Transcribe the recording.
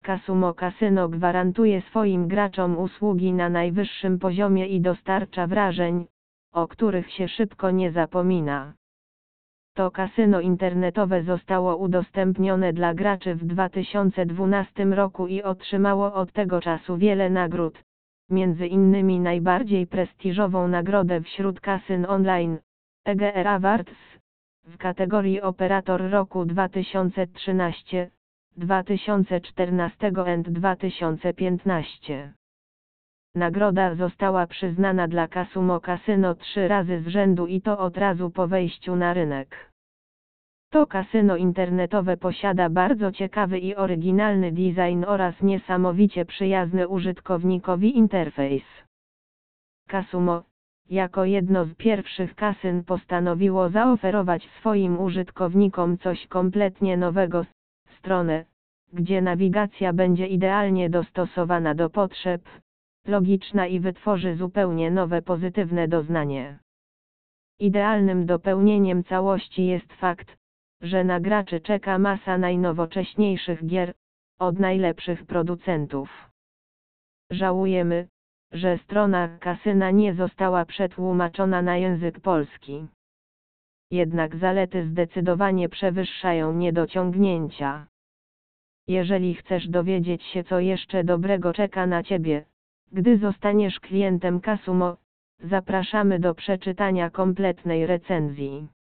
Kasumo Casino gwarantuje swoim graczom usługi na najwyższym poziomie i dostarcza wrażeń, o których się szybko nie zapomina. To kasyno internetowe zostało udostępnione dla graczy w 2012 roku i otrzymało od tego czasu wiele nagród, między innymi najbardziej prestiżową nagrodę wśród kasyn online, EGR Awards, w kategorii Operator Roku 2013, 2014 and 2015. Nagroda została przyznana dla Kasumo Casino 3 razy z rzędu i to od razu po wejściu na rynek. To kasyno internetowe posiada bardzo ciekawy i oryginalny design oraz niesamowicie przyjazny użytkownikowi interfejs. Kasumo, jako jedno z pierwszych kasyn postanowiło zaoferować swoim użytkownikom coś kompletnie nowego, stronę, gdzie nawigacja będzie idealnie dostosowana do potrzeb, logiczna i wytworzy zupełnie nowe pozytywne doznanie. Idealnym dopełnieniem całości jest fakt, że na graczy czeka masa najnowocześniejszych gier, od najlepszych producentów. Żałujemy, że strona kasyna nie została przetłumaczona na język polski. Jednak zalety zdecydowanie przewyższają niedociągnięcia. Jeżeli chcesz dowiedzieć się, co jeszcze dobrego czeka na Ciebie, gdy zostaniesz klientem Kasumo, zapraszamy do przeczytania kompletnej recenzji.